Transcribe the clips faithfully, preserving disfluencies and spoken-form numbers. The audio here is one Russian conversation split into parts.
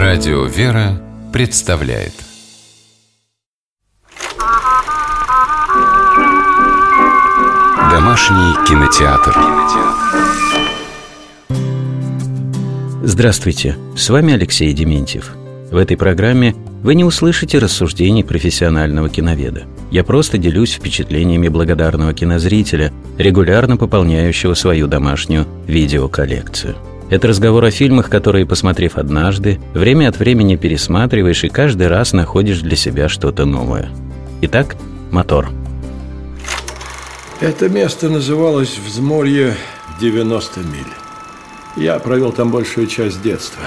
Радио «Вера» представляет Домашний кинотеатр. Здравствуйте, с вами Алексей Дементьев. В этой программе вы не услышите рассуждений профессионального киноведа. Я просто делюсь впечатлениями благодарного кинозрителя, регулярно пополняющего свою домашнюю видеоколлекцию. Это разговор о фильмах, которые, посмотрев однажды, время от времени пересматриваешь и каждый раз находишь для себя что-то новое. Итак, мотор. Это место называлось «Взморье девяносто миль». Я провел там большую часть детства.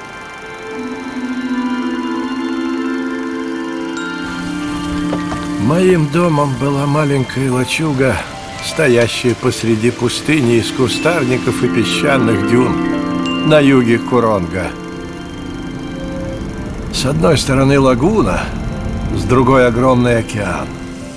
Моим домом была маленькая лачуга, стоящая посреди пустыни из кустарников и песчаных дюн на юге Коронга. С одной стороны лагуна, с другой огромный океан.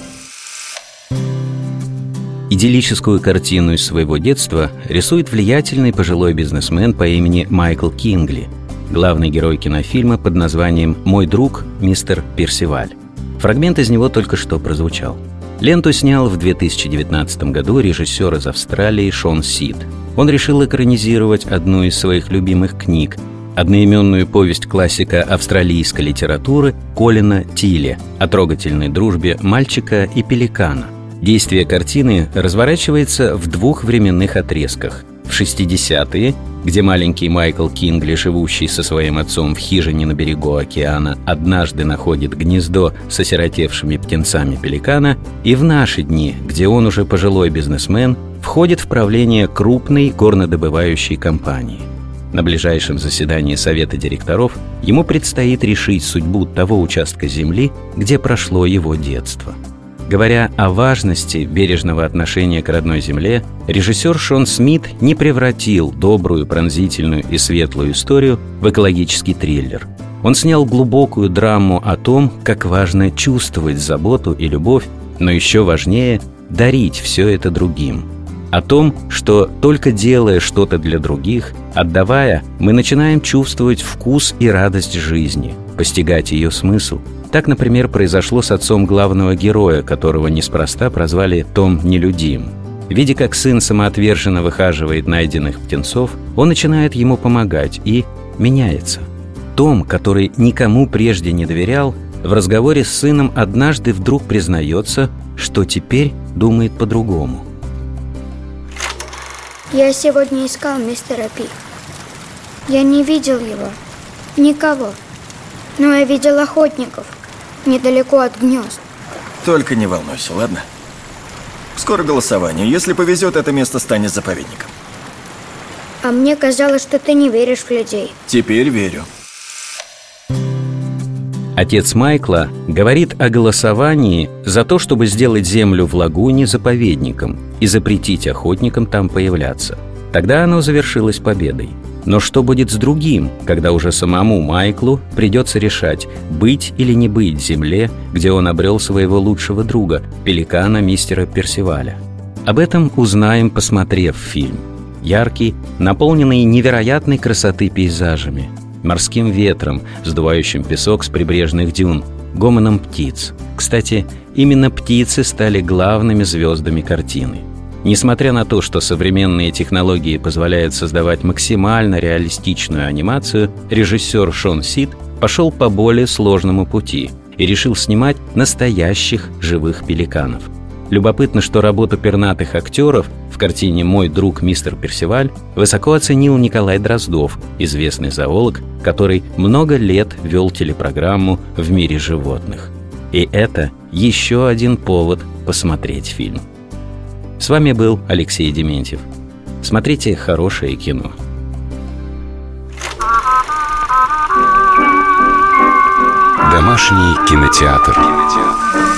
Идиллическую картину из своего детства рисует влиятельный пожилой бизнесмен по имени Майкл Кингли, главный герой кинофильма под названием «Мой друг, мистер Персиваль». Фрагмент из него только что прозвучал. Ленту снял в две тысячи девятнадцатом году режиссер из Австралии Шон Сид. Он решил экранизировать одну из своих любимых книг, одноименную повесть классика австралийской литературы Колина Тилли о трогательной дружбе мальчика и пеликана. Действие картины разворачивается в двух временных отрезках. В шестидесятые, где маленький Майкл Кингли, живущий со своим отцом в хижине на берегу океана, однажды находит гнездо с осиротевшими птенцами пеликана, и в наши дни, где он уже пожилой бизнесмен, входит в правление крупной горнодобывающей компании. На ближайшем заседании совета директоров ему предстоит решить судьбу того участка земли, где прошло его детство. Говоря о важности бережного отношения к родной земле, режиссер Шон Смит не превратил добрую, пронзительную и светлую историю в экологический триллер. Он снял глубокую драму о том, как важно чувствовать заботу и любовь, но еще важнее – дарить все это другим. О том, что только делая что-то для других, отдавая, мы начинаем чувствовать вкус и радость жизни, постигать ее смысл. Так, например, произошло с отцом главного героя, которого неспроста прозвали Том Нелюдим. Видя, как сын самоотверженно выхаживает найденных птенцов, он начинает ему помогать и меняется. Том, который никому прежде не доверял, в разговоре с сыном однажды вдруг признается, что теперь думает по-другому. Я сегодня искал мистера Пи. Я не видел его. Никого. Но я видел охотников недалеко от гнезд. Только не волнуйся, ладно? Скоро голосование. Если повезет, это место станет заповедником. А мне казалось, что ты не веришь в людей. Теперь верю. Отец Майкла говорит о голосовании за то, чтобы сделать землю в лагуне заповедником и запретить охотникам там появляться. Тогда оно завершилось победой. Но что будет с другим, когда уже самому Майклу придется решать, быть или не быть в земле, где он обрел своего лучшего друга, пеликана мистера Персиваля? Об этом узнаем, посмотрев фильм. Яркий, наполненный невероятной красоты пейзажами, морским ветром, сдувающим песок с прибрежных дюн, гомоном птиц. Кстати, именно птицы стали главными звездами картины. Несмотря на то, что современные технологии позволяют создавать максимально реалистичную анимацию, режиссер Шон Сид пошел по более сложному пути и решил снимать настоящих живых пеликанов. Любопытно, что работу пернатых актеров в картине «Мой друг, мистер Персиваль» высоко оценил Николай Дроздов, известный зоолог, который много лет вел телепрограмму «В мире животных». И это еще один повод посмотреть фильм. С вами был Алексей Дементьев. Смотрите хорошее кино. Домашний кинотеатр.